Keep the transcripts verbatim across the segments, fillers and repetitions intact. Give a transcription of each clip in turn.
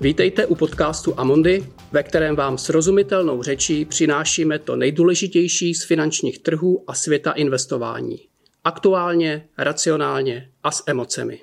Vítejte u podcastu Amundi, ve kterém vám srozumitelnou řečí přinášíme to nejdůležitější z finančních trhů a světa investování. Aktuálně, racionálně a s emocemi.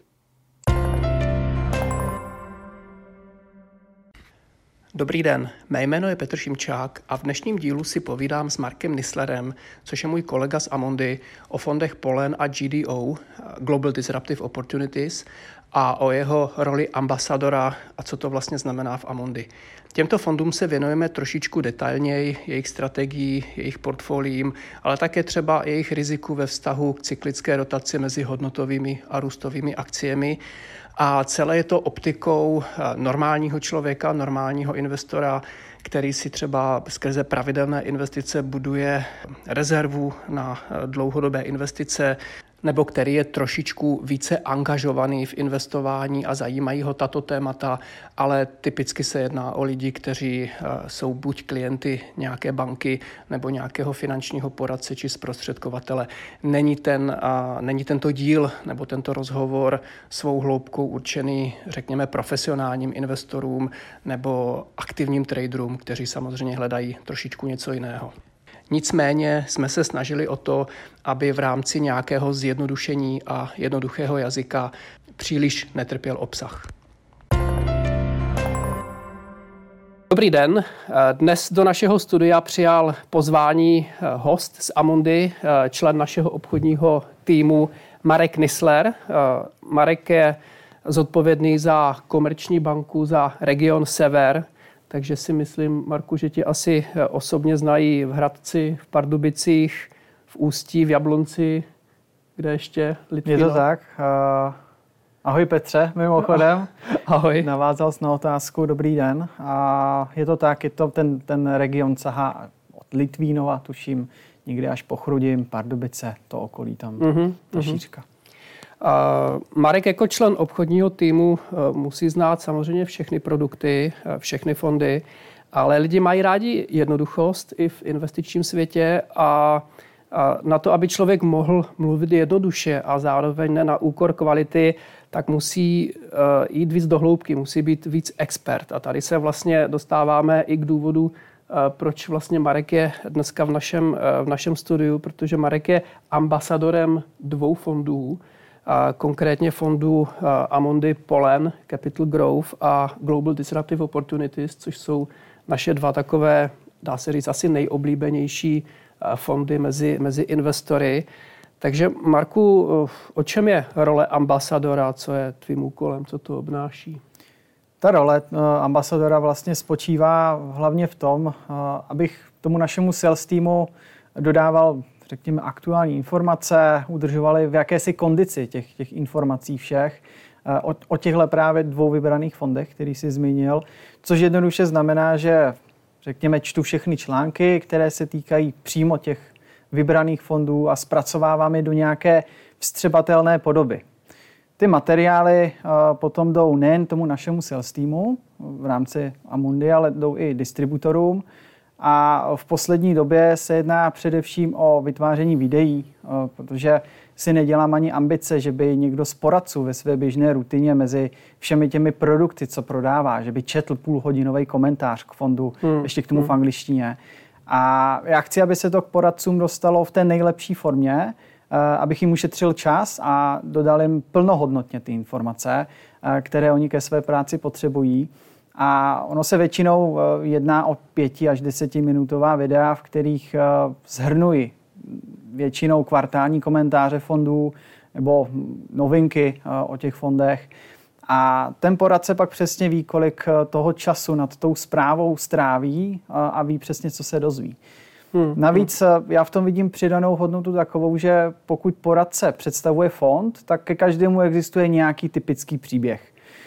Dobrý den, mé jméno je Petr Šimčák a v dnešním dílu si povídám s Markem Nisslerem, což je můj kolega z Amundi, o fondech Polen a G D O, Global Disruptive Opportunities, a o jeho roli ambasadora a co to vlastně znamená v Amundi. Těmto fondům se věnujeme trošičku detailněji, jejich strategií, jejich portfoliím, ale také třeba jejich riziku ve vztahu k cyklické rotaci mezi hodnotovými a růstovými akciemi. A celé je to optikou normálního člověka, normálního investora, který si třeba skrze pravidelné investice buduje rezervu na dlouhodobé investice, nebo který je trošičku více angažovaný v investování a zajímají ho tato témata, ale typicky se jedná o lidi, kteří jsou buď klienty nějaké banky nebo nějakého finančního poradce či zprostředkovatele. Není, ten, není tento díl nebo tento rozhovor svou hloubkou určený, řekněme, profesionálním investorům nebo aktivním traderům, kteří samozřejmě hledají trošičku něco jiného. Nicméně jsme se snažili o to, aby v rámci nějakého zjednodušení a jednoduchého jazyka příliš netrpěl obsah. Dobrý den. Dnes do našeho studia přijal pozvání host z Amundi, člen našeho obchodního týmu Marek Nissler. Marek je zodpovědný za komerční banku za region Sever. Takže si myslím, Marku, že tě asi osobně znají v Hradci, v Pardubicích, v Ústí, v Jablonci, kde ještě? Litvínov. Je to tak. Uh, ahoj Petře, mimochodem. Ahoj. Navázal jsi na otázku, dobrý den. A je to tak, je to ten, ten region sahá od Litvínova, tuším, někde až po Chrudim, Pardubice, to okolí tam, mm-hmm, ta mm-hmm. šířka. Uh, Marek jako člen obchodního týmu uh, musí znát samozřejmě všechny produkty, uh, všechny fondy, ale lidi mají rádi jednoduchost i v investičním světě a, a na to, aby člověk mohl mluvit jednoduše a zároveň ne na úkor kvality, tak musí uh, jít víc do hloubky, musí být víc expert. A tady se vlastně dostáváme i k důvodu, uh, proč vlastně Marek je dneska v našem, uh, v našem studiu, protože Marek je ambasadorem dvou fondů, a konkrétně fondu Amundi Polen, Capital Growth a Global Disruptive Opportunities, což jsou naše dva takové, dá se říct, asi nejoblíbenější fondy mezi, mezi investory. Takže Marku, o čem je role ambasadora, co je tvým úkolem, co to obnáší? Ta role ambasadora vlastně spočívá hlavně v tom, abych tomu našemu sales týmu dodával, řekněme, aktuální informace, udržovali v jakési kondici těch, těch informací všech o, o těchto právě dvou vybraných fondech, který jsi zmínil, což jednoduše znamená, že, řekněme, čtu všechny články, které se týkají přímo těch vybraných fondů a zpracovávám je do nějaké vstřebatelné podoby. Ty materiály potom jdou nejen tomu našemu sales týmu v rámci Amundi, ale jdou i distributorům. A v poslední době se jedná především o vytváření videí, protože si nedělám ani ambice, že by někdo z poradců ve své běžné rutině mezi všemi těmi produkty, co prodává, že by četl půlhodinový komentář k fondu, hmm. ještě k tomu hmm. v angličtině. A já chci, aby se to k poradcům dostalo v té nejlepší formě, abych jim ušetřil čas a dodal jim plnohodnotně ty informace, které oni ke své práci potřebují. A ono se většinou jedná o pěti až desetiminutová videa, v kterých shrnuji většinou kvartální komentáře fondů nebo novinky o těch fondech. A ten poradce pak přesně ví, kolik toho času nad tou zprávou stráví a ví přesně, co se dozví. Hmm. Navíc já v tom vidím přidanou hodnotu takovou, že pokud poradce představuje fond, tak ke každému existuje nějaký typický příběh.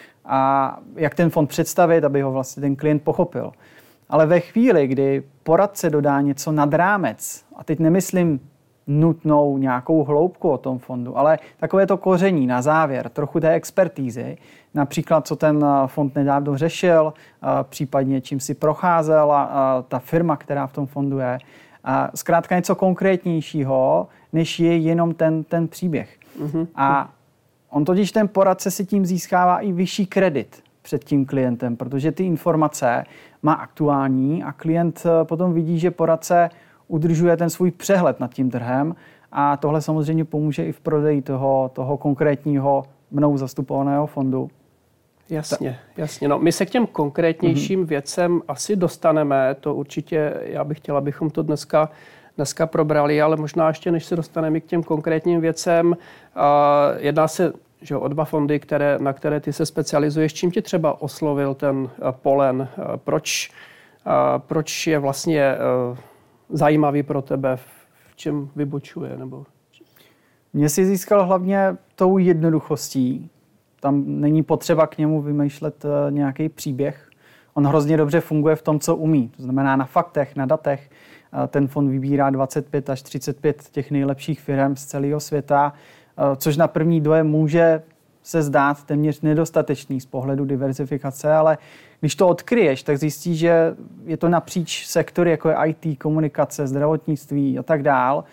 A jak ten fond představit, aby ho vlastně ten klient pochopil. Ale ve chvíli, kdy poradce dodá něco nad rámec, a teď nemyslím nutnou nějakou hloubku o tom fondu, ale takové to koření na závěr, trochu té expertízy, například co ten fond nedávno řešil, případně čím si procházel a ta firma, která v tom fondu je. A zkrátka něco konkrétnějšího, než je jenom ten, ten příběh. Mm-hmm. A on totiž ten poradce si tím získává i vyšší kredit před tím klientem, protože ty informace má aktuální a klient potom vidí, že poradce udržuje ten svůj přehled nad tím trhem a tohle samozřejmě pomůže i v prodeji toho, toho konkrétního mnou zastupovaného fondu. Jasně, jasně. No, my se k těm konkrétnějším mm-hmm. věcem asi dostaneme, to určitě, já bych chtěla, abychom to dneska, dneska probrali, ale možná ještě, než se dostaneme k těm konkrétním věcem, uh, jedná se že o dva fondy, které, na které ty se specializuješ. Čím tě třeba oslovil ten uh, Polen? Uh, proč, uh, proč je vlastně uh, zajímavý pro tebe? V čem vybočuje? Nebo... Mě si získal hlavně tou jednoduchostí. Tam není potřeba k němu vymýšlet nějaký příběh. On hrozně dobře funguje v tom, co umí. To znamená na faktech, na datech. Ten fond vybírá dvacet pět až třicet pět těch nejlepších firm z celého světa, což na první dojem může se zdát téměř nedostatečný z pohledu diverzifikace, ale když to odkryješ, tak zjistíš, že je to napříč sektory, jako je í té, komunikace, zdravotnictví a tak dál.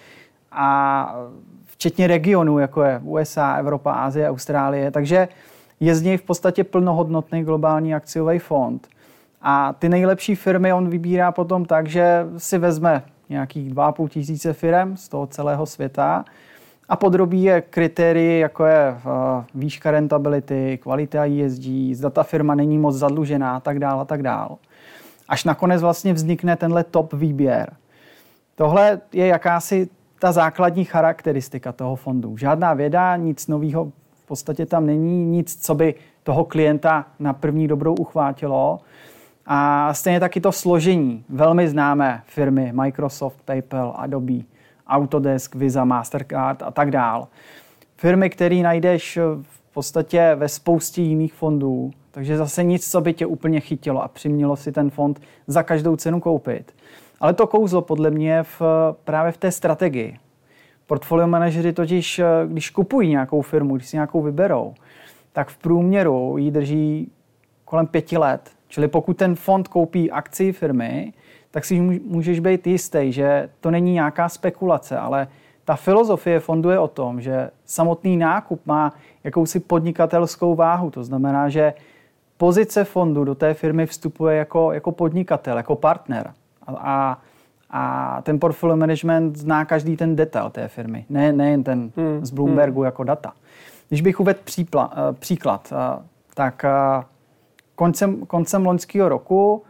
A včetně regionů, jako je U S A, Evropa, Asie, Austrálie. Takže je z něj v podstatě plnohodnotný globální akciový fond. A ty nejlepší firmy on vybírá potom tak, že si vezme nějakých dva a půl tisíce firem z toho celého světa a podrobí je kritérii, jako je výška rentability, kvalita E S G, zda ta firma není moc zadlužená a tak dál a tak dál. Až nakonec vlastně vznikne tenhle top výběr. Tohle je jakási ta základní charakteristika toho fondu. Žádná věda, nic nového v podstatě tam není, nic, co by toho klienta na první dobrou uchvátilo. A stejně taky to složení. Velmi známé firmy Microsoft, PayPal, Adobe, Autodesk, Visa, Mastercard a tak dál. Firmy, které najdeš v podstatě ve spoustě jiných fondů, takže zase nic, co by tě úplně chytilo a přimělo si ten fond za každou cenu koupit. Ale to kouzlo podle mě v, právě v té strategii. Portfolio manažeři totiž, když kupují nějakou firmu, když si nějakou vyberou, tak v průměru ji drží kolem pěti let. Čili pokud ten fond koupí akcii firmy, tak si můžeš být jistý, že to není nějaká spekulace, ale ta filozofie fondu je o tom, že samotný nákup má jakousi podnikatelskou váhu. To znamená, že pozice fondu do té firmy vstupuje jako, jako podnikatel, jako partner. A, a ten portfolio management zná každý ten detail té firmy, ne, nejen ten hmm. z Bloombergu hmm. jako data. Když bych uvedl přípla, příklad, tak koncem, koncem loňského roku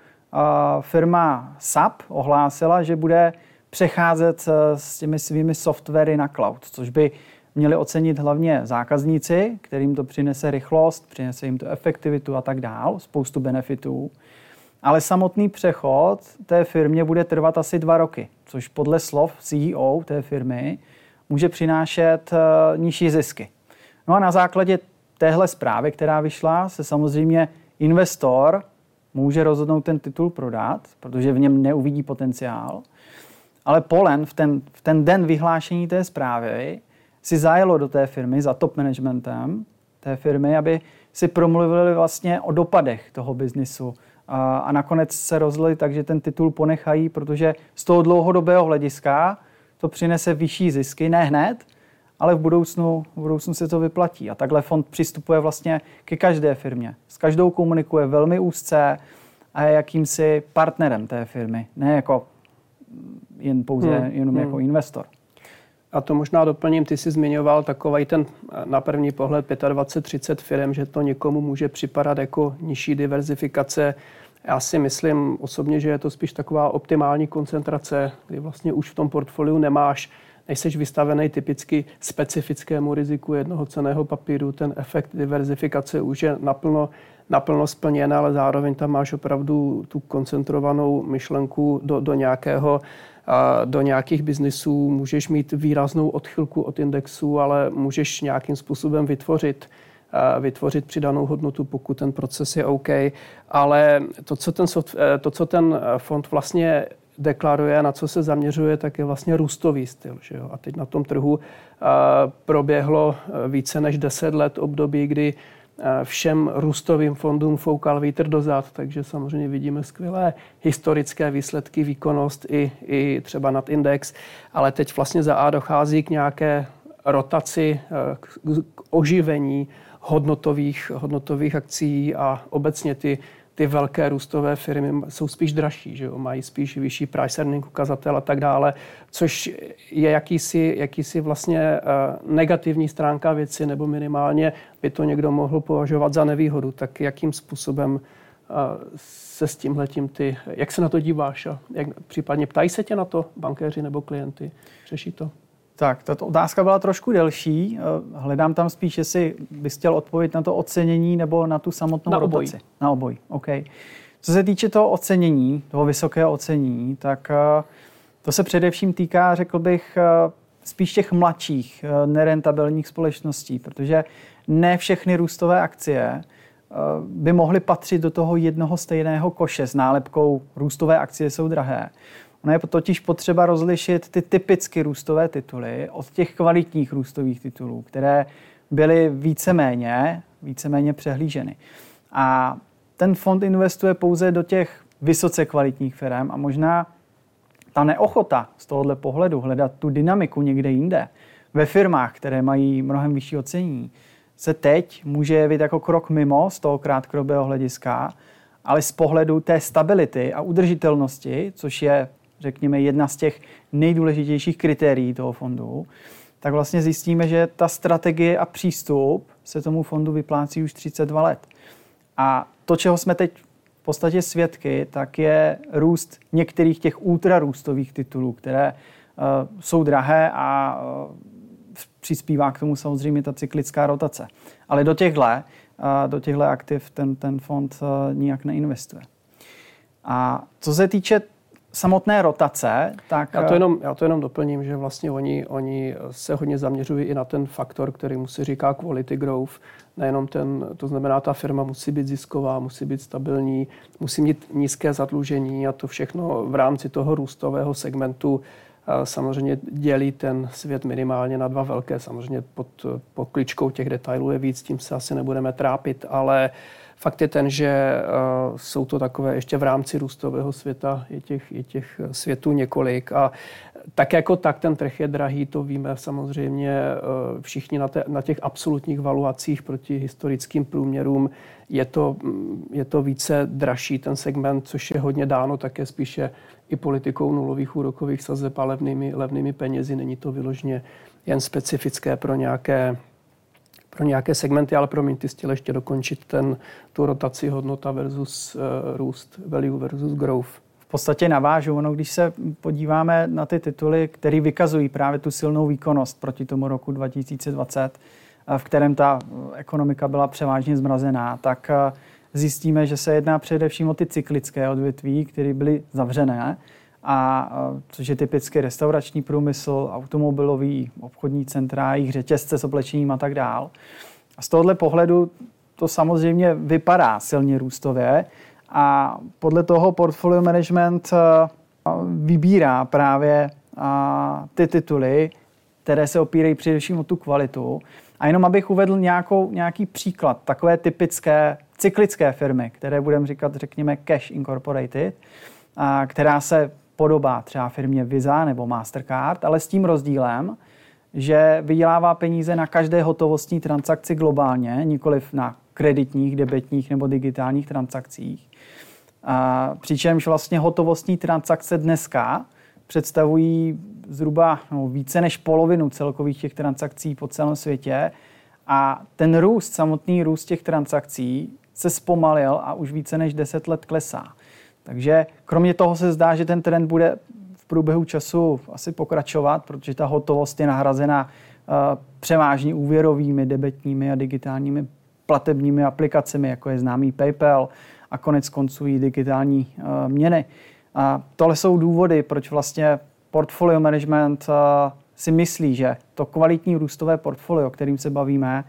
firma S A P ohlásila, že bude přecházet s těmi svými softwary na cloud, což by měli ocenit hlavně zákazníci, kterým to přinese rychlost, přinese jim to efektivitu a tak dál, spoustu benefitů. Ale samotný přechod té firmě bude trvat asi dva roky, což podle slov C E O té firmy může přinášet nižší zisky. No a na základě téhle zprávy, která vyšla, se samozřejmě investor může rozhodnout ten titul prodat, protože v něm neuvidí potenciál. Ale Polen v ten, v ten den vyhlášení té zprávy si zajelo do té firmy za top managementem té firmy, aby si promluvili vlastně o dopadech toho biznisu. A, a nakonec se rozhodli tak, že ten titul ponechají, protože z toho dlouhodobého hlediska to přinese vyšší zisky, ne hned, ale v budoucnu, v budoucnu se to vyplatí. A takhle fond přistupuje vlastně ke každé firmě. S každou komunikuje velmi úzce a je jakýmsi partnerem té firmy, ne jako jen pouze hmm. jenom hmm. jako investor. A to možná doplním, ty jsi zmiňoval takový ten na první pohled dvacet pět třicet firm, že to někomu může připadat jako nižší diverzifikace. Já si myslím osobně, že je to spíš taková optimální koncentrace, kdy vlastně už v tom portfoliu nemáš, nejseš vystavený typicky specifickému riziku jednoho cenného papíru. Ten efekt diverzifikace už je naplno, naplno splněn, ale zároveň tam máš opravdu tu koncentrovanou myšlenku do, do nějakého do nějakých biznisů, můžeš mít výraznou odchylku od indexu, ale můžeš nějakým způsobem vytvořit, vytvořit přidanou hodnotu, pokud ten proces je OK. Ale to, co ten, soft, to, co ten fond vlastně deklaruje, na co se zaměřuje, tak je vlastně růstový styl. Že jo? A teď na tom trhu proběhlo více než deset let období, kdy všem růstovým fondům foukal vítr do zad, takže samozřejmě vidíme skvělé historické výsledky, výkonnost i, i třeba nad index, ale teď vlastně za A dochází k nějaké rotaci, k oživení hodnotových, hodnotových akcí a obecně ty, ty velké růstové firmy jsou spíš dražší, že jo? Mají spíš vyšší price earning ukazatel a tak dále, což je jakýsi, jakýsi vlastně uh, negativní stránka věci, nebo minimálně by to někdo mohl považovat za nevýhodu. Tak jakým způsobem uh, se s tímhletím ty, jak se na to díváš a jak, případně ptají se tě na to bankéři nebo klienty? Řeší to? Tak, tato otázka byla trošku delší. Hledám tam spíš, jestli bys chtěl odpovědět na to ocenění nebo na tu samotnou na rotaci. Obojí. Na obojí. OK. Co se týče toho ocenění, toho vysokého ocenění, tak to se především týká, řekl bych, spíš těch mladších nerentabilních společností, protože ne všechny růstové akcie by mohly patřit do toho jednoho stejného koše s nálepkou růstové akcie jsou drahé. Ono je totiž potřeba rozlišit ty typicky růstové tituly od těch kvalitních růstových titulů, které byly víceméně, víceméně přehlíženy. A ten fond investuje pouze do těch vysoce kvalitních firm a možná ta neochota z tohohle pohledu hledat tu dynamiku někde jinde, ve firmách, které mají mnohem vyšší ocenění, se teď může jevit jako krok mimo z toho krátkodobého hlediska, ale z pohledu té stability a udržitelnosti, což je, řekněme, jedna z těch nejdůležitějších kritérií toho fondu, tak vlastně zjistíme, že ta strategie a přístup se tomu fondu vyplácí už třicet dva let. A to, čeho jsme teď v podstatě svědky, tak je růst některých těch ultrarůstových titulů, které uh, jsou drahé a uh, přispívá k tomu samozřejmě ta cyklická rotace. Ale do těchhle, uh, do těchhle aktiv ten, ten fond uh, nijak neinvestuje. A co se týče samotné rotace, tak... Já to jenom, já to jenom doplním, že vlastně oni, oni se hodně zaměřují i na ten faktor, který mu se říká quality growth. Nejenom ten, to znamená, ta firma musí být zisková, musí být stabilní, musí mít nízké zadlužení a to všechno v rámci toho růstového segmentu samozřejmě dělí ten svět minimálně na dva velké. Samozřejmě pod, pod kličkou těch detailů je víc, tím se asi nebudeme trápit, ale fakt je ten, že uh, jsou to takové ještě v rámci růstového světa, je těch, je těch světů několik a tak jako tak ten trh je drahý, to víme samozřejmě uh, všichni na, te, na těch absolutních valuacích proti historickým průměrům. Je to, je to více dražší ten segment, což je hodně dáno také spíše i politikou nulových úrokových sazeb a levnými, levnými penězi. Není to vyloženě jen specifické pro nějaké pro nějaké segmenty, ale promiň, ty chtěl ještě dokončit ten, tu rotaci hodnota versus uh, růst, value versus growth. V podstatě navážu. Ono, když se podíváme na ty tituly, které vykazují právě tu silnou výkonnost proti tomu roku dva tisíce dvacet, v kterém ta ekonomika byla převážně zmrazená, tak zjistíme, že se jedná především o ty cyklické odvětví, které byly zavřené, a což je typicky restaurační průmysl, automobilový, obchodní centra, jejich řetězce s oblečením a tak dál. A z tohohle pohledu to samozřejmě vypadá silně růstově a podle toho portfolio management vybírá právě ty tituly, které se opírají především o tu kvalitu. A jenom abych uvedl nějakou, nějaký příklad takové typické cyklické firmy, které budeme říkat, řekněme, Cash Incorporated, a která se podobá třeba firmě Visa nebo Mastercard, ale s tím rozdílem, že vydělává peníze na každé hotovostní transakci globálně, nikoliv na kreditních, debetních nebo digitálních transakcích. A přičemž vlastně hotovostní transakce dneska představují zhruba no, více než polovinu celkových těch transakcí po celém světě a ten růst, samotný růst těch transakcí se zpomalil a už více než deset let klesá. Takže kromě toho se zdá, že ten trend bude v průběhu času asi pokračovat, protože ta hotovost je nahrazena uh, převážně úvěrovými, debetními a digitálními platebními aplikacemi, jako je známý PayPal a konec konců i digitální uh, měny. A tohle jsou důvody, proč vlastně portfolio management uh, si myslí, že to kvalitní růstové portfolio, kterým se bavíme,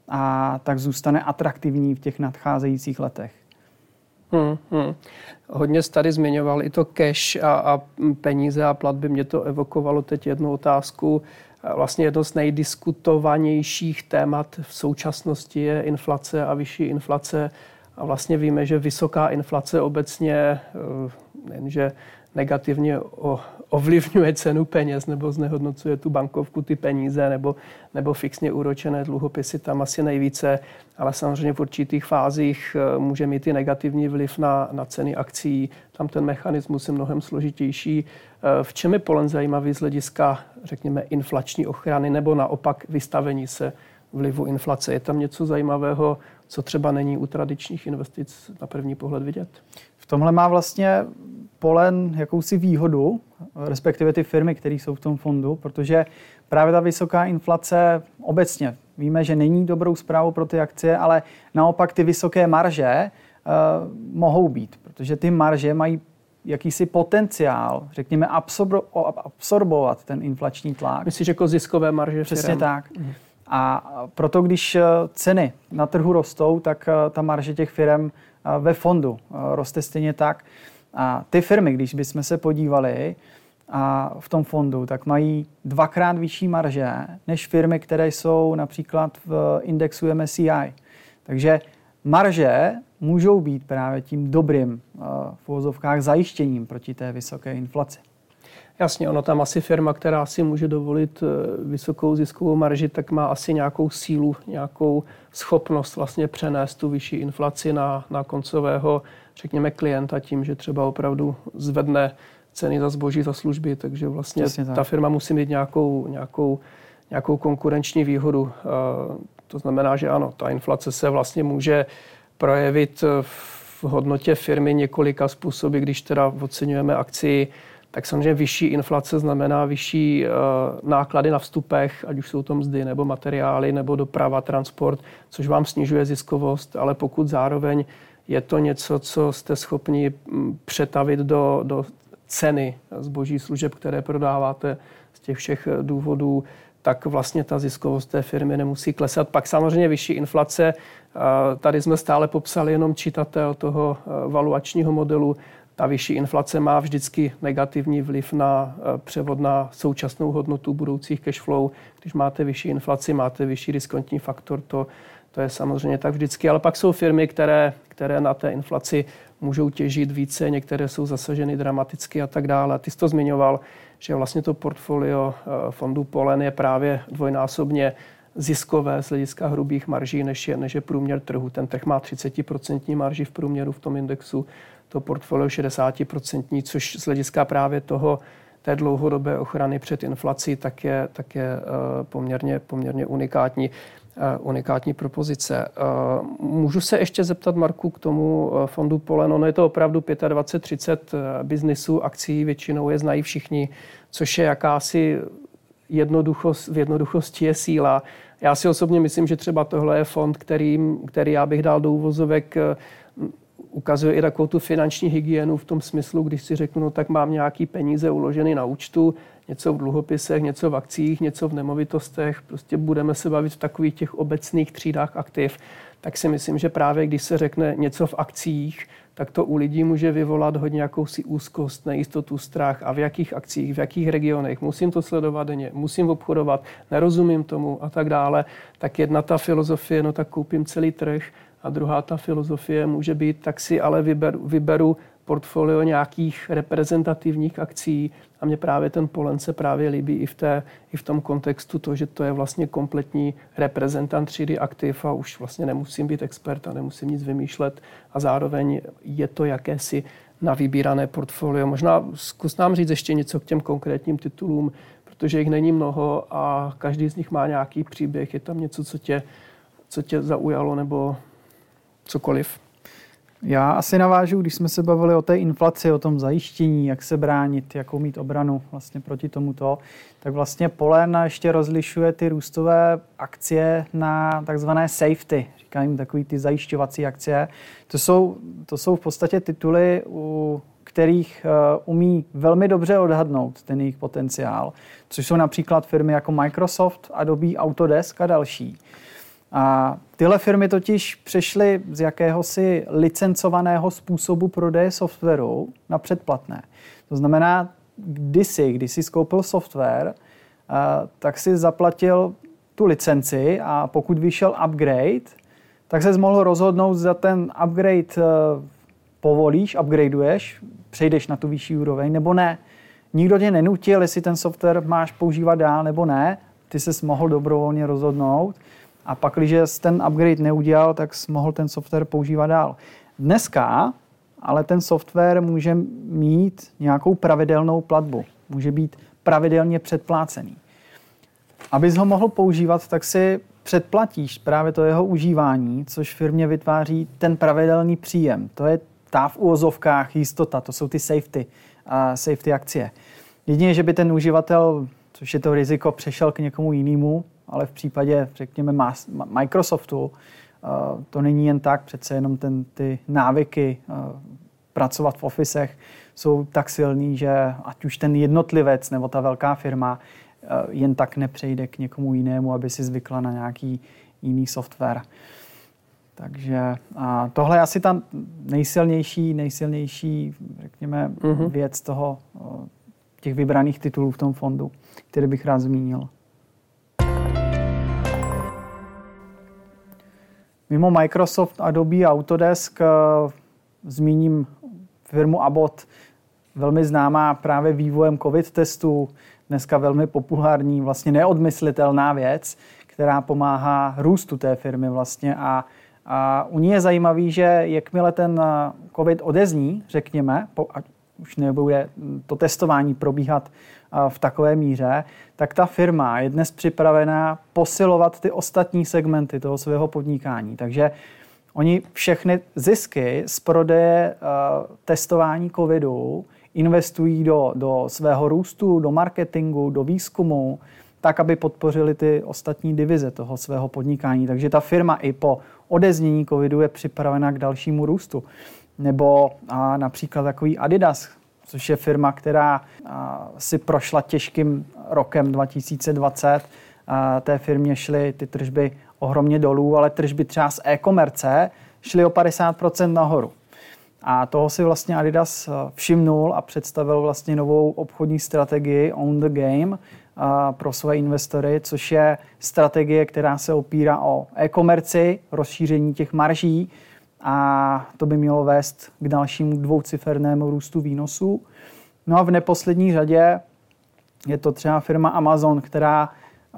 a tak zůstane atraktivní v těch nadcházejících letech. Hmm, hmm. Hodně jsi tady zmiňoval i to cash a, a peníze a platby. Mě to evokovalo teď jednu otázku. Vlastně jedno z nejdiskutovanějších témat v současnosti je inflace a vyšší inflace. A vlastně víme, že vysoká inflace obecně nejenže negativně ovlivňuje cenu peněz nebo znehodnocuje tu bankovku, ty peníze nebo, nebo fixně úročené dluhopisy tam asi nejvíce, ale samozřejmě v určitých fázích může mít i negativní vliv na, na ceny akcií. Tam ten mechanismus je mnohem složitější. V čem je Polen zajímavý z hlediska, řekněme, inflační ochrany nebo naopak vystavení se vlivu inflace? Je tam něco zajímavého, co třeba není u tradičních investic na první pohled vidět? V tomhle má vlastně Polen jakousi výhodu, respektive ty firmy, které jsou v tom fondu, protože právě ta vysoká inflace obecně víme, že není dobrou zprávou pro ty akcie, ale naopak ty vysoké marže uh, mohou být, protože ty marže mají jakýsi potenciál, řekněme, absorbo, absorbovat ten inflační tlak. Myslíš jako ziskové marže? Přesně firem. tak. Mhm. A proto, když ceny na trhu rostou, tak ta marže těch firm ve fondu roste stejně tak. A ty firmy, když bychom se podívali a v tom fondu, tak mají dvakrát vyšší marže než firmy, které jsou například v indexu M S C I. Takže marže můžou být právě tím dobrým v uvozovkách zajištěním proti té vysoké inflaci. Jasně, ono tam asi firma, která si může dovolit vysokou ziskovou marži, tak má asi nějakou sílu, nějakou schopnost vlastně přenést tu vyšší inflaci na, na koncového, řekněme, klienta tím, že třeba opravdu zvedne ceny za zboží, za služby, takže vlastně ta firma musí mít nějakou, nějakou, nějakou konkurenční výhodu. To znamená, že ano, ta inflace se vlastně může projevit v hodnotě firmy několika způsoby, když teda oceňujeme akcii. Tak samozřejmě vyšší inflace znamená vyšší uh, náklady na vstupech, ať už jsou to mzdy nebo materiály, nebo doprava, transport, což vám snižuje ziskovost, ale pokud zároveň je to něco, co jste schopni přetavit do, do ceny zboží služeb, které prodáváte z těch všech důvodů, tak vlastně ta ziskovost té firmy nemusí klesat. Pak samozřejmě vyšší inflace, uh, tady jsme stále popsali jenom čitatel toho uh, valuačního modelu. Ta vyšší inflace má vždycky negativní vliv na převod na současnou hodnotu budoucích cash flow. Když máte vyšší inflaci, máte vyšší diskontní faktor, to, to je samozřejmě tak vždycky. Ale pak jsou firmy, které, které na té inflaci můžou těžit více, některé jsou zasaženy dramaticky a tak dále. Ty jsi to zmiňoval, že vlastně to portfolio fondu Polen je právě dvojnásobně ziskové z hlediska hrubých marží, než je, než je průměr trhu. Ten trh má třicet procent marži v průměru v tom indexu, to portfolio šedesát procent, což z hlediska právě toho, té dlouhodobé ochrany před inflací, tak je, tak je uh, poměrně, poměrně unikátní, uh, unikátní propozice. Uh, můžu se ještě zeptat, Marku, k tomu uh, fondu Polen. Ono je to opravdu dvacet pět třicet uh, biznisů, akcí, většinou je znají všichni, což je jakási jednoduchost, v jednoduchosti je síla. Já si osobně myslím, že třeba tohle je fond, který, který já bych dal do úvozovek, ukazuje i takovou tu finanční hygienu v tom smyslu, když si řeknu, no tak mám nějaký peníze uložený na účtu, něco v dluhopisech, něco v akcích, něco v nemovitostech, prostě budeme se bavit v takových těch obecných třídách aktiv, tak si myslím, že právě když se řekne něco v akcích, tak to u lidí může vyvolat hodně jakousi úzkost, nejistotu, strach a v jakých akcích, v jakých regionech, musím to sledovat denně, musím obchodovat, nerozumím tomu a tak dále. Tak jedna ta filozofie, no tak koupím celý trh, a druhá ta filozofie může být, tak si ale vyberu, vyberu portfolio nějakých reprezentativních akcí a mně právě ten Polen se právě líbí i v, té, i v tom kontextu to, že to je vlastně kompletní reprezentant třídy aktiv a už vlastně nemusím být expert a nemusím nic vymýšlet a zároveň je to jakési navybírané portfolio. Možná zkus nám říct ještě něco k těm konkrétním titulům, protože jich není mnoho a každý z nich má nějaký příběh. Je tam něco, co tě, co tě zaujalo nebo cokoliv? Já asi navážu, když jsme se bavili o té inflaci, o tom zajištění, jak se bránit, jakou mít obranu vlastně proti tomuto, tak vlastně Polen ještě rozlišuje ty růstové akcie na takzvané safety, říkají jim takový ty zajišťovací akcie. To jsou, to jsou v podstatě tituly, u kterých uh, umí velmi dobře odhadnout ten jejich potenciál, což jsou například firmy jako Microsoft, Adobe, Autodesk a další. A tyhle firmy totiž přešly z jakéhosi licencovaného způsobu prodeje softwaru na předplatné. To znamená, kdysi, když si skoupil software, tak si zaplatil tu licenci a pokud vyšel upgrade, tak ses mohl rozhodnout, zda ten upgrade povolíš, upgradeuješ přejdeš na tu vyšší úroveň nebo ne. Nikdo tě nenutil, jestli ten software máš používat dál nebo ne. Ty ses mohl dobrovolně rozhodnout a pak, když jsi ten upgrade neudělal, tak jsi mohl ten software používat dál. Dneska ale ten software může mít nějakou pravidelnou platbu. Může být pravidelně předplácený. Abys ho mohl používat, tak si předplatíš právě to jeho užívání, což firmě vytváří ten pravidelný příjem. To je ta v uvozovkách jistota, to jsou ty safety, uh, safety akcie. Jedině, že by ten uživatel, což je to riziko, přešel k někomu jinému, ale v případě, řekněme, Microsoftu, uh, to není jen tak, přece jenom ten, ty návyky uh, pracovat v officech jsou tak silný, že ať už ten jednotlivec nebo ta velká firma jen tak nepřejde k někomu jinému, aby si zvykla na nějaký jiný software. Takže a tohle je asi ta nejsilnější, nejsilnější, řekněme, uh-huh. věc toho, těch vybraných titulů v tom fondu, který bych rád zmínil. Mimo Microsoft, Adobe a Autodesk zmíním firmu Abbott, velmi známá právě vývojem COVID testů, dneska velmi populární, vlastně neodmyslitelná věc, která pomáhá růstu té firmy vlastně a, a u ní je zajímavý, že jakmile ten COVID odezní, řekněme, po, ať už nebude to testování probíhat v takové míře, tak ta firma je dnes připravená posilovat ty ostatní segmenty toho svého podnikání. Takže oni všechny zisky z prodeje uh, testování covidu investují do, do svého růstu, do marketingu, do výzkumu, tak, aby podpořili ty ostatní divize toho svého podnikání. Takže ta firma i po odeznění covidu je připravena k dalšímu růstu. Nebo a například takový Adidas, což je firma, která a, si prošla těžkým rokem dva tisíce dvacet. A, té firmě šly ty tržby ohromně dolů, ale tržby třeba z e-commerce šly o padesát procent nahoru. A toho si vlastně Adidas všimnul a představil vlastně novou obchodní strategii Own the Game pro své investory, což je strategie, která se opírá o e-komerci, rozšíření těch marží a to by mělo vést k dalšímu dvoucifernému růstu výnosů. No a v neposlední řadě je to třeba firma Amazon, která,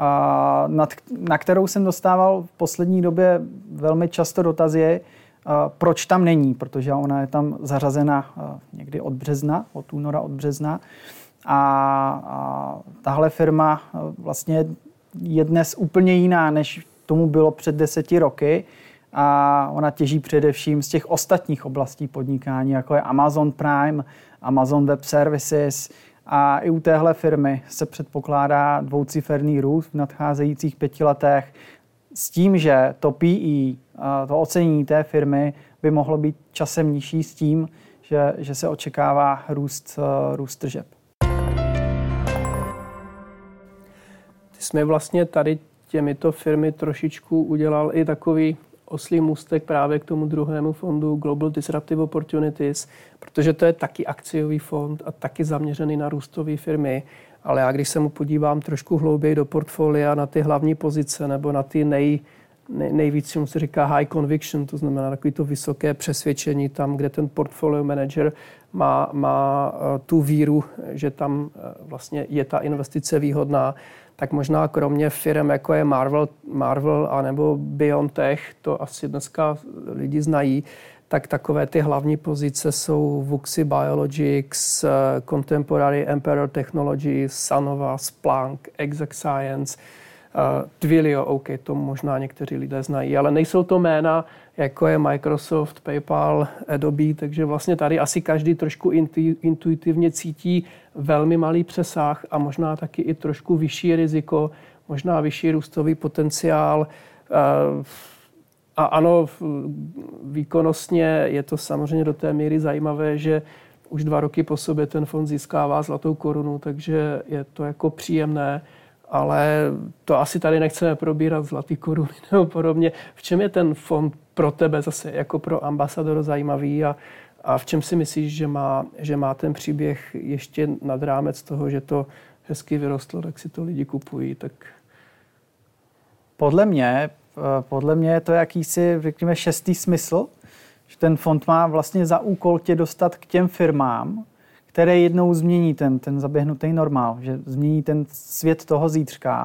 na kterou jsem dostával v poslední době velmi často dotazy, proč tam není, protože ona je tam zařazena někdy od března, od února od března. A, a tahle firma vlastně je dnes úplně jiná, než tomu bylo před deseti roky. A ona těží především z těch ostatních oblastí podnikání, jako je Amazon Prime, Amazon Web Services. A i u téhle firmy se předpokládá dvouciferný růst v nadcházejících pěti letech s tím, že to P E, to ocenění té firmy by mohlo být časem nižší s tím, že, že se očekává růst, růst tržeb. Ty jsme vlastně tady těmito firmy trošičku udělal i takový oslý můstek právě k tomu druhému fondu Global Disruptive Opportunities, protože to je taky akciový fond a taky zaměřený na růstové firmy. Ale já když se mu podívám trošku hlouběji do portfolia na ty hlavní pozice nebo na ty nej, nej, nejvíc, čemu se říká high conviction, to znamená takový to vysoké přesvědčení tam, kde ten portfolio manager má, má tu víru, že tam vlastně je ta investice výhodná, tak možná kromě firm, jako je Marvel, Marvel anebo BioNTech, to asi dneska lidi znají, tak takové ty hlavní pozice jsou Wuxi Biologics, Contemporary Emperor Technologies, Sanova, Splunk, Exact Science, uh, Twilio, OK, to možná někteří lidé znají, ale nejsou to jména, jako je Microsoft, PayPal, Adobe, takže vlastně tady asi každý trošku intuitivně cítí velmi malý přesah a možná taky i trošku vyšší riziko, možná vyšší růstový potenciál. Uh, A ano, výkonnostně je to samozřejmě do té míry zajímavé, že už dva roky po sobě ten fond získává zlatou korunu, takže je to jako příjemné, ale to asi tady nechceme probírat zlatý koruny nebo podobně. V čem je ten fond pro tebe zase jako pro ambasadora zajímavý a, a v čem si myslíš, že má, že má ten příběh ještě nad rámec toho, že to hezky vyrostlo, tak si to lidi kupují? Tak... Podle mě Podle mě je to jakýsi, řekněme, šestý smysl, že ten fond má vlastně za úkol tě dostat k těm firmám, které jednou změní ten, ten zaběhnutý normál, že změní ten svět toho zítřka.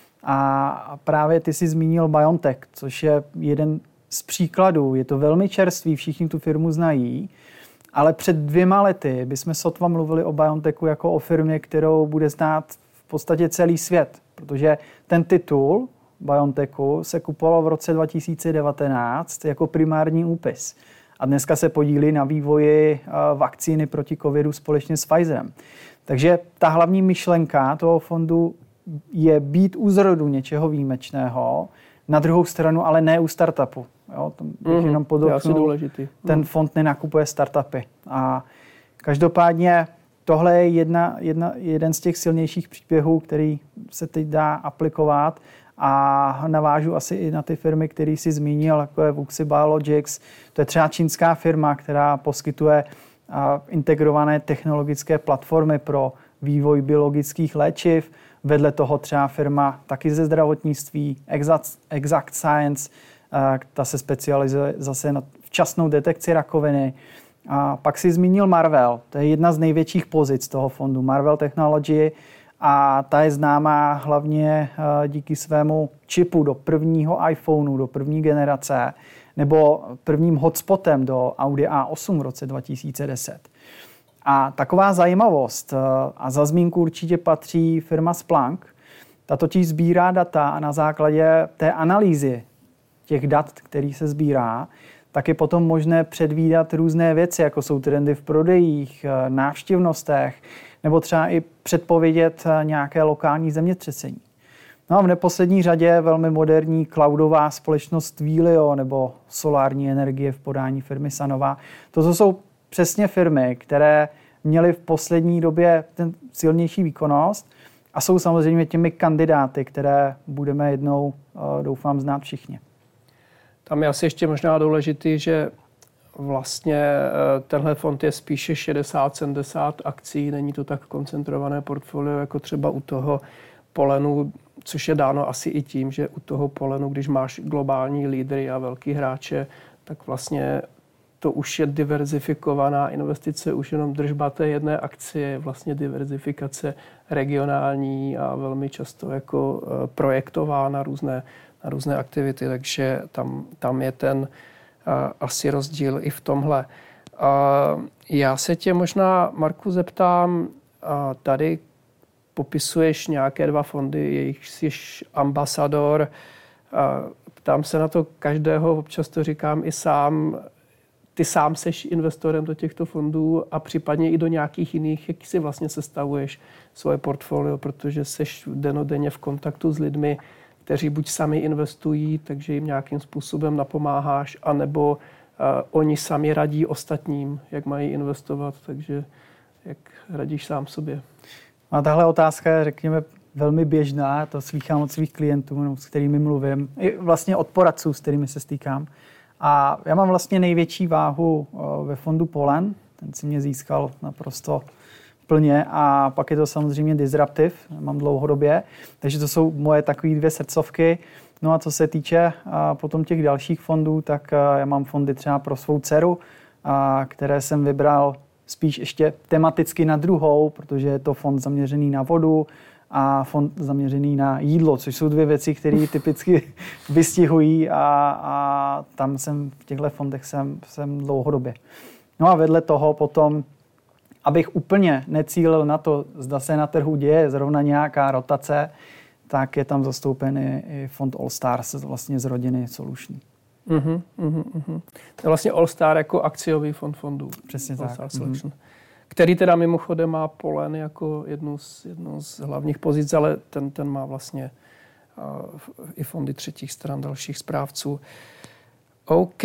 A právě ty jsi zmínil BioNTech, což je jeden z příkladů. Je to velmi čerstvý, všichni tu firmu znají, ale před dvěma lety bychom sotva mluvili o BioNTechu jako o firmě, kterou bude znát v podstatě celý svět, protože ten titul BioNTechu se kupoval v roce dva tisíce devatenáct jako primární úpis. A dneska se podílí na vývoji vakcíny proti covidu společně s Pfizerem. Takže ta hlavní myšlenka toho fondu je být u zrodu něčeho výjimečného, na druhou stranu ale ne u startupu. Jo, tam mm-hmm. jenom podotknu, ten fond nenakupuje startupy. A každopádně tohle je jedna, jedna, jeden z těch silnějších příběhů, který se teď dá aplikovat. A navážu asi i na ty firmy, které jsi zmínil, jako je Wuxi Biologics. To je třeba čínská firma, která poskytuje integrované technologické platformy pro vývoj biologických léčiv. Vedle toho třeba firma taky ze zdravotnictví, Exact, Exact Science, ta se specializuje zase na včasnou detekci rakoviny. A pak si zmínil Marvell, to je jedna z největších pozic toho fondu, Marvell Technology, a ta je známá hlavně díky svému čipu do prvního iPhoneu, do první generace, nebo prvním hotspotem do Audi A osm v roce dva tisíce deset. A taková zajímavost, a za zmínku určitě patří firma Splunk, ta totiž sbírá data a na základě té analýzy těch dat, který se sbírá, tak je potom možné předvídat různé věci, jako jsou trendy v prodejích, návštěvnostech, nebo třeba i předpovědět nějaké lokální zemětřesení. No a v neposlední řadě velmi moderní cloudová společnost Twilio nebo solární energie v podání firmy Sanova. To jsou přesně firmy, které měly v poslední době ten silnější výkonnost a jsou samozřejmě těmi kandidáty, které budeme jednou, doufám, znát všichni. Tam je asi ještě možná důležitý, že vlastně tenhle fond je spíše šedesát sedmdesát akcí, není to tak koncentrované portfolio jako třeba u toho Polenu, což je dáno asi i tím, že u toho Polenu, když máš globální lídry a velký hráče, tak vlastně to už je diverzifikovaná investice, už jenom držba té jedné akcie je vlastně diverzifikace regionální a velmi často jako projektová na různé, na různé aktivity, takže tam, tam je ten a, asi rozdíl i v tomhle. A já se tě možná, Marku, zeptám, a tady popisuješ nějaké dva fondy, jejich jsi ambasador, a ptám se na to každého, občas to říkám i sám, ty sám seš investorem do těchto fondů a případně i do nějakých jiných, jak si vlastně sestavuješ svoje portfolio, protože seš dennodenně v kontaktu s lidmi, kteří buď sami investují, takže jim nějakým způsobem napomáháš, anebo uh, oni sami radí ostatním, jak mají investovat, takže jak radíš sám sobě. A tahle otázka je, řekněme, velmi běžná, to slýchám od svých klientů, s kterými mluvím, i vlastně od poradců, s kterými se stýkám. A já mám vlastně největší váhu ve fondu Polen, ten si mě získal naprosto plně a pak je to samozřejmě Disruptive, mám dlouhodobě, takže to jsou moje takové dvě srdcovky. No a co se týče potom těch dalších fondů, tak já mám fondy třeba pro svou dceru, které jsem vybral spíš ještě tematicky na druhou, protože je to fond zaměřený na vodu a fond zaměřený na jídlo, což jsou dvě věci, které typicky vystihují a, a tam jsem v těchto fondech jsem, jsem dlouhodobě. No a vedle toho potom, abych úplně necílil na to, zda se na trhu děje zrovna nějaká rotace, tak je tam zastoupený i fond All Stars vlastně z rodiny Solution. Uh-huh, uh-huh, uh-huh. To je vlastně All Star jako akciový fond fondů. Přesně All tak. Star Selection. Uh-huh. Který teda mimochodem má Polen jako jednu z, jednu z hlavních pozic, ale ten, ten má vlastně uh, i fondy třetích stran, dalších správců. OK.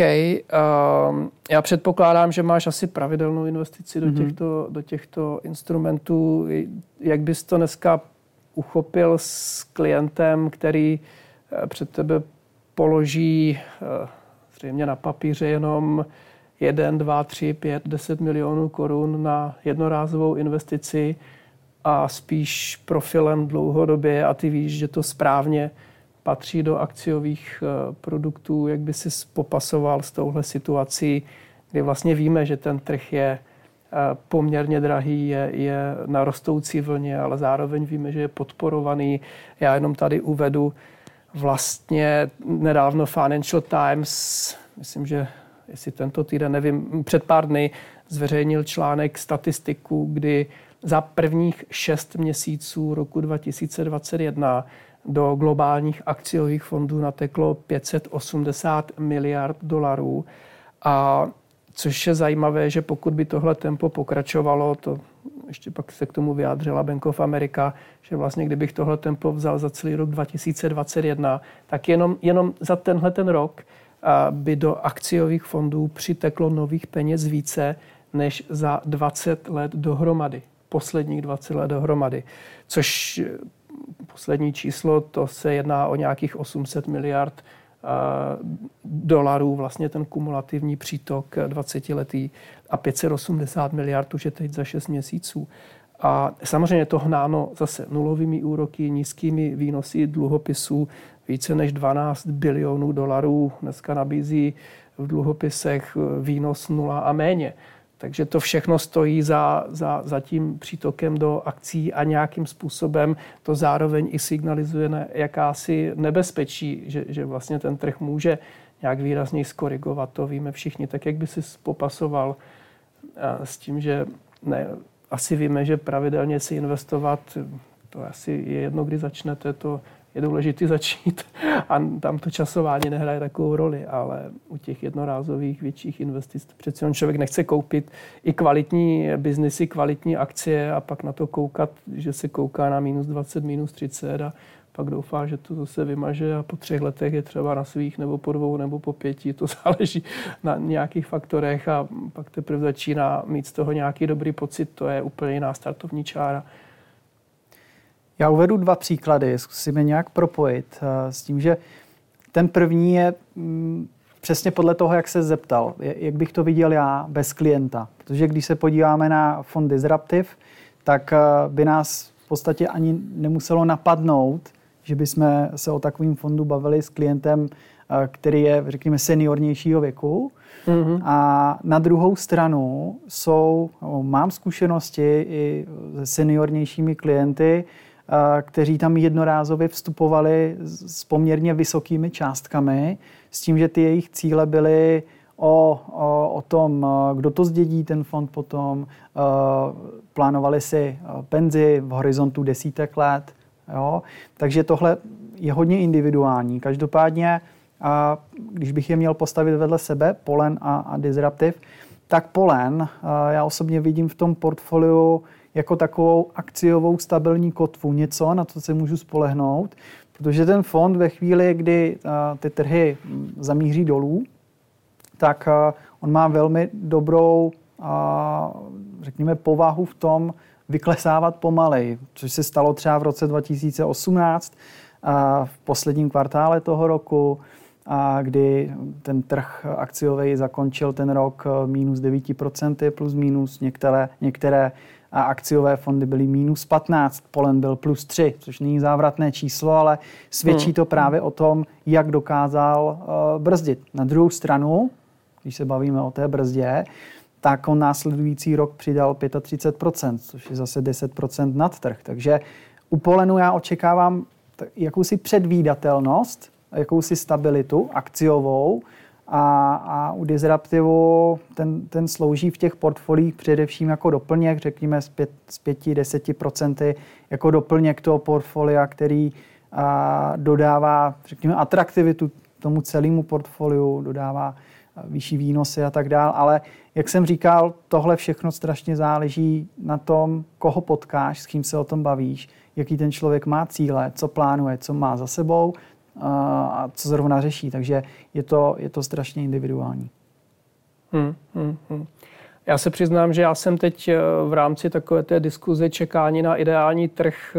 Um, já předpokládám, že máš asi pravidelnou investici do, mm-hmm. těchto, do těchto instrumentů. Jak bys to dneska uchopil s klientem, který před tebe položí uh, zřejmě na papíře jenom jeden, dva, tři, pět, deset milionů korun na jednorázovou investici a spíš profilem dlouhodobě a ty víš, že to správně patří do akciových produktů, jak by si popasoval s touhle situací kdy vlastně víme, že ten trh je poměrně drahý, je, je na rostoucí vlně, ale zároveň víme, že je podporovaný. Já jenom tady uvedu vlastně nedávno Financial Times, myslím, že jestli tento týden, nevím, před pár dny zveřejnil článek statistiku, kdy za prvních šest měsíců roku dva tisíce dvacet jedna do globálních akciových fondů nateklo pět set osmdesát miliard dolarů. A což je zajímavé, že pokud by tohle tempo pokračovalo, to ještě pak se k tomu vyjádřila Bank of America, že vlastně kdybych tohle tempo vzal za celý rok dva tisíce dvacet jedna, tak jenom, jenom za tenhle ten rok by do akciových fondů přiteklo nových peněz více než za dvacet let dohromady. Posledních dvacet let dohromady. Což poslední číslo, to se jedná o nějakých osm set miliard dolarů, vlastně ten kumulativní přítok dvacetiletý a pět set osmdesát miliard už je teď za šest měsíců. A samozřejmě je to hnáno zase nulovými úroky, nízkými výnosy dluhopisů, více než dvanáct bilionů dolarů dneska nabízí v dluhopisech výnos nula a méně. Takže to všechno stojí za, za, za tím přítokem do akcí a nějakým způsobem to zároveň i signalizuje na jakási nebezpečí, že, že vlastně ten trh může nějak výrazněji skorigovat. To víme všichni. Tak jak by si popasoval s tím, že ne, asi víme, že pravidelně si investovat, to asi je jedno, kdy začnete, to je důležité začít a tam to časování nehraje takovou roli, ale u těch jednorázových větších investic přeci on člověk nechce koupit i kvalitní biznesy, kvalitní akcie a pak na to koukat, že se kouká na minus dvacet, minus třicet a pak doufá, že to zase vymaže a po třech letech je třeba na svých nebo po dvou nebo po pěti, to záleží na nějakých faktorech a pak teprve začíná mít z toho nějaký dobrý pocit, to je úplně jiná startovní čára. Já uvedu dva příklady, zkusíme nějak propojit s tím, že ten první je přesně podle toho, jak se zeptal, jak bych to viděl já bez klienta. Protože když se podíváme na fond Disruptive, tak by nás v podstatě ani nemuselo napadnout, že bychom se o takovém fondu bavili s klientem, který je, řekněme, seniornějšího věku. Mm-hmm. A na druhou stranu jsou, mám zkušenosti i se seniornějšími klienty, kteří tam jednorázově vstupovali s poměrně vysokými částkami, s tím, že ty jejich cíle byly o, o, o tom, kdo to zdědí ten fond potom, plánovali si penzi v horizontu desítek let. Jo? Takže tohle je hodně individuální. Každopádně, když bych je měl postavit vedle sebe, Polen a, a Disruptive, tak Polen já osobně vidím v tom portfoliu jako takovou akciovou stabilní kotvu, něco, na co se můžu spolehnout, protože ten fond ve chvíli, kdy ty trhy zamíří dolů, tak on má velmi dobrou, řekněme, povahu v tom vyklesávat pomaleji, což se stalo třeba v roce dva tisíce osmnáct, v posledním kvartále toho roku, kdy ten trh akciový zakončil ten rok minus devět procent plus minus, některé, některé a akciové fondy byly minus patnáct, Polen byl plus tři, což není závratné číslo, ale svědčí to právě o tom, jak dokázal uh, brzdit. Na druhou stranu, když se bavíme o té brzdě, tak on následující rok přidal třicet pět procent, což je zase deset procent nad trh. Takže u Polenu já očekávám jakousi předvídatelnost, jakousi stabilitu akciovou, A, a u Disruptivu ten, ten slouží v těch portfoliích především jako doplněk, řekněme z pěti až deseti procent jako doplněk toho portfolia, který a, dodává, řekněme, atraktivitu tomu celému portfoliu, dodává vyšší výnosy a tak dále. Ale jak jsem říkal, tohle všechno strašně záleží na tom, koho potkáš, s kým se o tom bavíš, jaký ten člověk má cíle, co plánuje, co má za sebou, a co zrovna řeší. Takže je to, je to strašně individuální. Hmm, hmm, hmm. Já se přiznám, že já jsem teď v rámci takové té diskuze čekání na ideální trh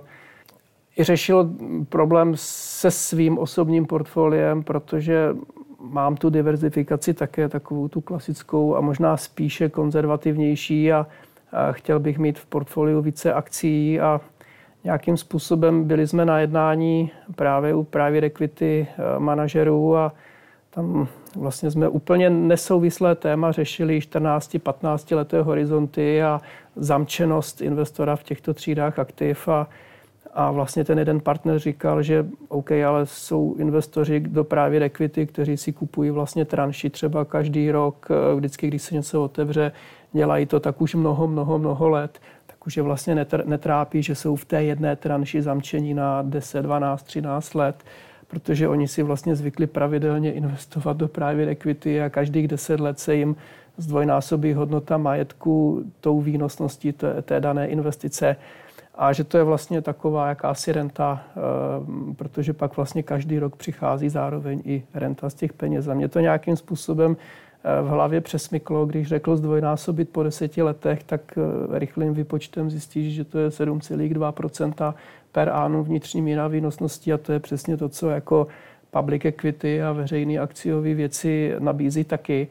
i řešil problém se svým osobním portfoliem, protože mám tu diverzifikaci také takovou tu klasickou a možná spíše konzervativnější a, a chtěl bych mít v portfoliu více akcií a nějakým způsobem byli jsme na jednání právě u private equity manažerů a tam vlastně jsme úplně nesouvislé téma řešili čtrnáct patnáct leté horizonty a zamčenost investora v těchto třídách aktiv a, a vlastně ten jeden partner říkal, že OK, ale jsou investoři do právě equity, kteří si kupují vlastně tranši třeba každý rok, vždycky, když se něco otevře, dělají to tak už mnoho, mnoho, mnoho let, tak už je vlastně netrápí, že jsou v té jedné tranši zamčení na deset, dvanáct, třináct let, protože oni si vlastně zvykli pravidelně investovat do private equity a každých deset let se jim zdvojnásobí hodnota majetku tou výnosností té, té dané investice. A že to je vlastně taková jakási renta, protože pak vlastně každý rok přichází zároveň i renta z těch peněz. A mě to nějakým způsobem v hlavě přesmyklo, když řekl zdvojnásobit po deseti letech, tak rychlým výpočtem zjistíš, že to je sedm celá dva procenta per annum vnitřní míra výnosnosti a to je přesně to, co jako public equity a veřejné akciové věci nabízí taky.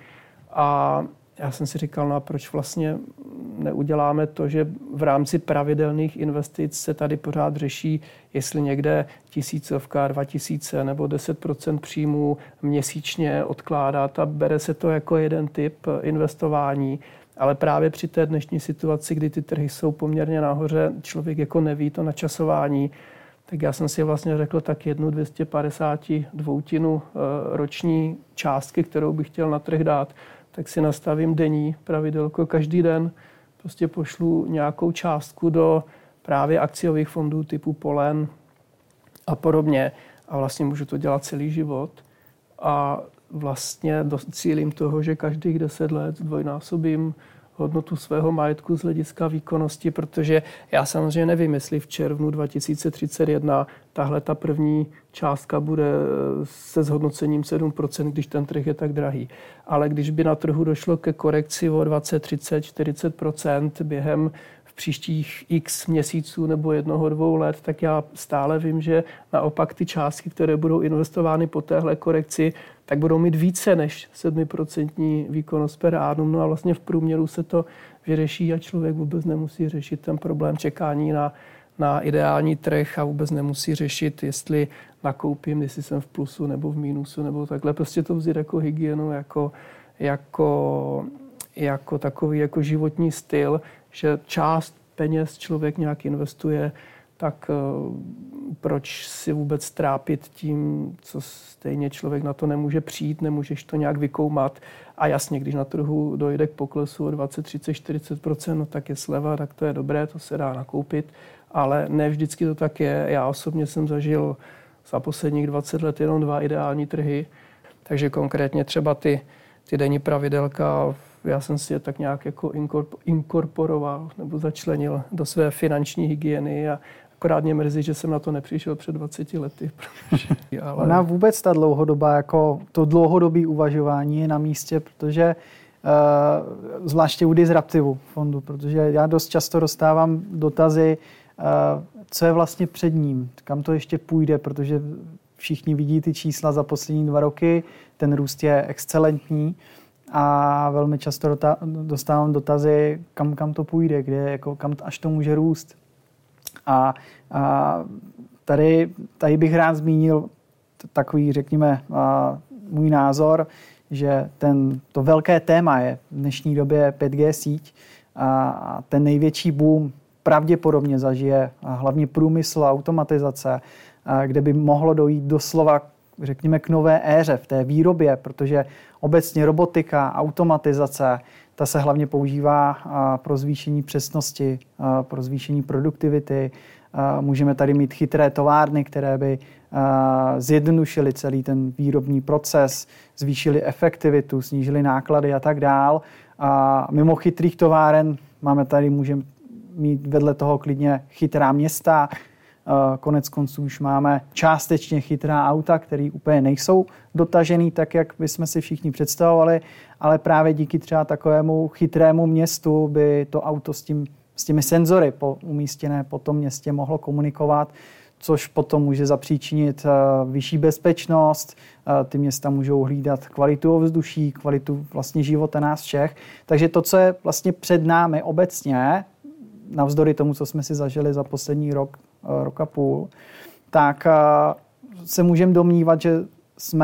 A já jsem si říkal, no a proč vlastně neuděláme to, že v rámci pravidelných investic se tady pořád řeší, jestli někde tisícovka, dva tisíce nebo deset procent příjmů měsíčně odkládat a bere se to jako jeden typ investování. Ale právě při té dnešní situaci, kdy ty trhy jsou poměrně nahoře, člověk jako neví to načasování, tak já jsem si vlastně řekl tak jednu dvě stě padesát dvoutinu roční částky, kterou bych chtěl na trh dát, tak si nastavím denní pravidelko každý den. Prostě pošlu nějakou částku do právě akciových fondů typu Polen a podobně. A vlastně můžu to dělat celý život. A vlastně docílím toho, že každých deset let dvojnásobím hodnotu svého majetku z hlediska výkonnosti, protože já samozřejmě nevím, jestli v červnu dva tisíce třicet jedna tahle ta první částka bude se zhodnocením sedm procent, když ten trh je tak drahý. Ale když by na trhu došlo ke korekci o dvacet, třicet, čtyřicet procent během v příštích x měsíců nebo jednoho, dvou let, tak já stále vím, že naopak ty částky, které budou investovány po téhle korekci, tak budou mít více než sedm procent výkonnost per annum. No a vlastně v průměru se to vyřeší a člověk vůbec nemusí řešit ten problém čekání na, na ideální trh a vůbec nemusí řešit, jestli nakoupím, jestli jsem v plusu nebo v mínusu nebo takhle. Prostě to vzít jako hygienu, jako, jako, jako takový jako životní styl, že část peněz člověk nějak investuje, tak proč si vůbec trápit tím, co stejně člověk na to nemůže přijít, nemůžeš to nějak vykoumat. A jasně, když na trhu dojde k poklesu o dvacet, třicet, čtyřicet procent, no tak je sleva, tak to je dobré, to se dá nakoupit. Ale ne vždycky to tak je. Já osobně jsem zažil za posledních dvacet let jenom dva ideální trhy. Takže konkrétně třeba ty, ty denní pravidelka, já jsem si je tak nějak jako inkorporoval nebo začlenil do své finanční hygieny a akorát mě mrzí, že jsem na to nepřišel před dvaceti lety. Protože, ale... Ona vůbec ta dlouhodobá, jako to dlouhodobé uvažování je na místě, protože uh, zvláště u disruptivu fondu, protože já dost často dostávám dotazy, uh, co je vlastně před ním, kam to ještě půjde, protože všichni vidí ty čísla za poslední dva roky, ten růst je excelentní a velmi často dostávám dotazy, kam, kam to půjde, kde, jako, kam až to může růst. A, a tady, tady bych rád zmínil takový, řekněme, a, můj názor, že ten, to velké téma je v dnešní době pět G síť a, a ten největší boom pravděpodobně zažije a hlavně průmysl a automatizace, a, kde by mohlo dojít doslova, řekněme, k nové éře v té výrobě, protože obecně robotika, automatizace, ta se hlavně používá pro zvýšení přesnosti, pro zvýšení produktivity. Můžeme tady mít chytré továrny, které by zjednodušily celý ten výrobní proces, zvýšily efektivitu, snížily náklady a tak dál. A mimo chytrých továren máme tady, můžeme mít vedle toho klidně chytrá města. Konec konců už máme částečně chytrá auta, které úplně nejsou dotažený tak, jak bychom si všichni představovali, ale právě díky třeba takovému chytrému městu by to auto s, tím, s těmi senzory po, umístěné po tom městě mohlo komunikovat, což potom může zapříčinit vyšší bezpečnost. Ty města můžou hlídat kvalitu ovzduší, kvalitu vlastně života nás všech. Takže to, co je vlastně před námi obecně, navzdory tomu, co jsme si zažili za poslední rok, rok a půl, tak se můžeme domnívat, že jsme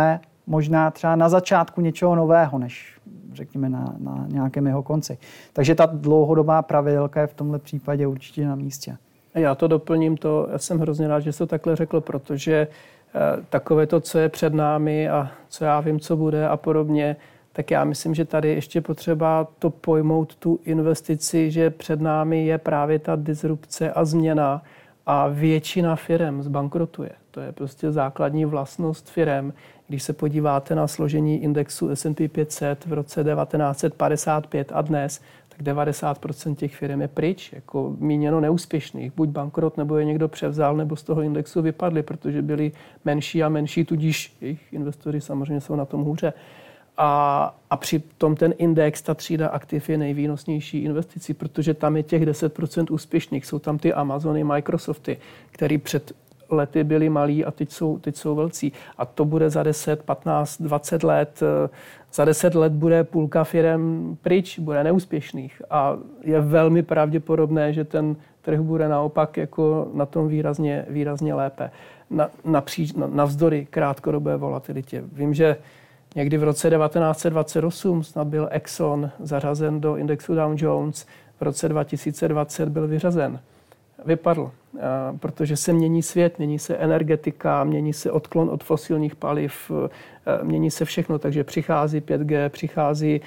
možná třeba na začátku něčeho nového, než řekněme na, na nějakém jeho konci. Takže ta dlouhodobá pravidelka je v tomhle případě určitě na místě. Já to doplním, to, já jsem hrozně rád, že jsi to takhle řekl, protože eh, takové to, co je před námi a co já vím, co bude a podobně, tak já myslím, že tady ještě potřeba to pojmout tu investici, že před námi je právě ta disrupce a změna a většina firem zbankrotuje. To je prostě základní vlastnost firem. Když se podíváte na složení indexu S and P pět set v roce devatenáct set padesát pět a dnes, tak devadesát procent těch firm je pryč, jako míněno neúspěšných. Buď bankrot, nebo je někdo převzal, nebo z toho indexu vypadli, protože byli menší a menší, tudíž jejich investoři samozřejmě jsou na tom hůře. A, a přitom ten index, ta třída aktiv je nejvýnosnější investicí, protože tam je těch deset procent úspěšných. Jsou tam ty Amazony, Microsofty, který před lety byli malí a teď jsou, teď jsou velcí. A to bude za deset, patnáct, dvacet let. Za deset let bude půlka firem pryč, bude neúspěšných. A je velmi pravděpodobné, že ten trh bude naopak jako na tom výrazně, výrazně lépe. Na, napříč, na, navzdory krátkodobé volatilitě. Vím, že někdy v roce devatenáct set dvacet osm snad byl Exxon zařazen do indexu Dow Jones, v roce dva tisíce dvacet byl vyřazen. Vypadl, protože se mění svět, mění se energetika, mění se odklon od fosilních paliv, mění se všechno, takže přichází pět G, přichází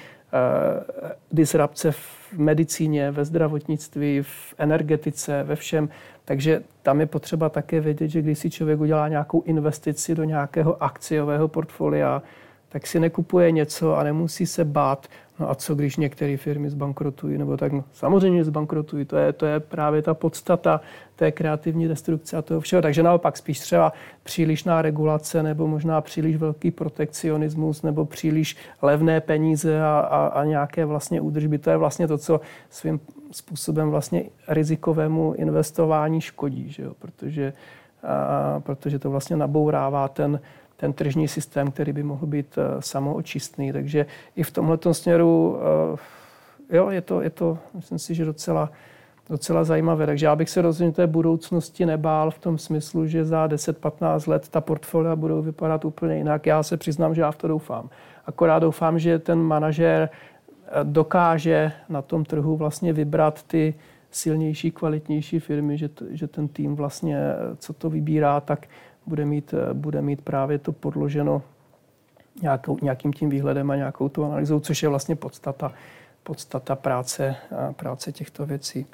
disrupce v medicíně, ve zdravotnictví, v energetice, ve všem. Takže tam je potřeba také vědět, že když si člověk udělá nějakou investici do nějakého akciového portfolia, tak si nekupuje něco a nemusí se bát, no a co když některé firmy zbankrotují, nebo tak, no samozřejmě zbankrotují, to je, to je právě ta podstata té kreativní destrukce a toho všeho. Takže naopak spíš třeba přílišná regulace, nebo možná příliš velký protekcionismus, nebo příliš levné peníze a, a, a nějaké vlastně údržby. To je vlastně to, co svým způsobem vlastně rizikovému investování škodí, že jo? Protože, a, protože to vlastně nabourává ten ten tržní systém, který by mohl být uh, samoočistný. Takže i v tomhletom směru uh, jo, je to, je to, myslím si, že docela, docela zajímavé. Takže já bych se rozhodně té budoucnosti nebál v tom smyslu, že za deset patnáct let ta portfolia budou vypadat úplně jinak. Já se přiznám, že já v to doufám. Akorát doufám, že ten manažer dokáže na tom trhu vlastně vybrat ty silnější, kvalitnější firmy, že, t, že ten tým vlastně, co to vybírá, tak bude mít, bude mít právě to podloženo nějakou, nějakým tím výhledem a nějakou tu analýzou, což je vlastně podstata, podstata práce, práce těchto věcí.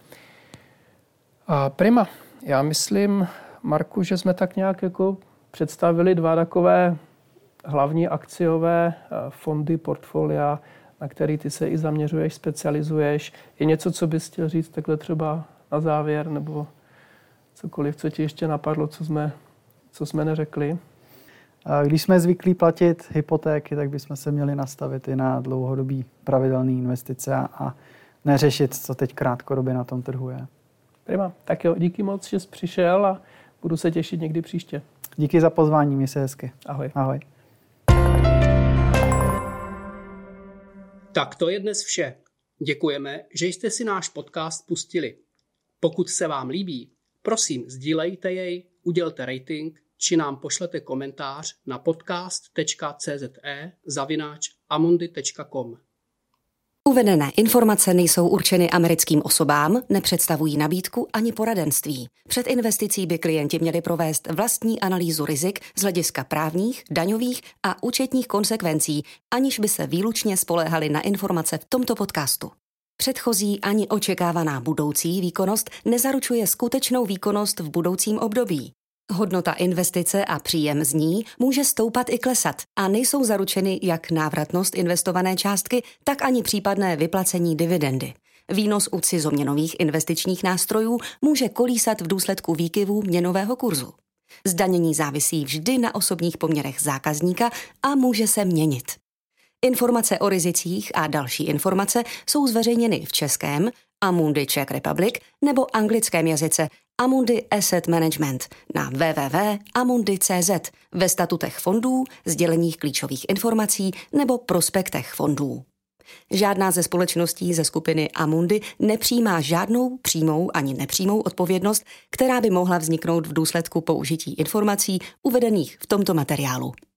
A prima, já myslím, Marku, že jsme tak nějak jako představili dva takové hlavní akciové fondy, portfolia, na který ty se i zaměřuješ, specializuješ. Je něco, co bys chtěl říct takhle třeba na závěr, nebo cokoliv, co ti ještě napadlo, co jsme Co jsme neřekli? Když jsme zvyklí platit hypotéky, tak bychom se měli nastavit i na dlouhodobý pravidelné investice a, a neřešit, co teď krátkodobě na tom trhu je. Prima. Tak jo, díky moc, že jsi přišel a budu se těšit někdy příště. Díky za pozvání, měj se hezky. Ahoj. Ahoj. Tak to je dnes vše. Děkujeme, že jste si náš podcast pustili. Pokud se vám líbí, prosím, sdílejte jej, udělte rating, či nám pošlete komentář na podcast tečka cé zet e zavináč amundi tečka com. Uvedené informace nejsou určeny americkým osobám, nepředstavují nabídku ani poradenství. Před investicí by klienti měli provést vlastní analýzu rizik z hlediska právních, daňových a účetních konsekvencí, aniž by se výlučně spoléhali na informace v tomto podcastu. Předchozí ani očekávaná budoucí výkonnost nezaručuje skutečnou výkonnost v budoucím období. Hodnota investice a příjem z ní může stoupat i klesat a nejsou zaručeny jak návratnost investované částky, tak ani případné vyplacení dividendy. Výnos u cizoměnových investičních nástrojů může kolísat v důsledku výkyvů měnového kurzu. Zdanění závisí vždy na osobních poměrech zákazníka a může se měnit. Informace o rizicích a další informace jsou zveřejněny v českém Amundi Czech Republic nebo anglickém jazyce Amundi Asset Management na w w w tečka amundi tečka cé zet, ve statutech fondů, sděleních klíčových informací nebo prospektech fondů. Žádná ze společností ze skupiny Amundi nepřijímá žádnou přímou ani nepřímou odpovědnost, která by mohla vzniknout v důsledku použití informací uvedených v tomto materiálu.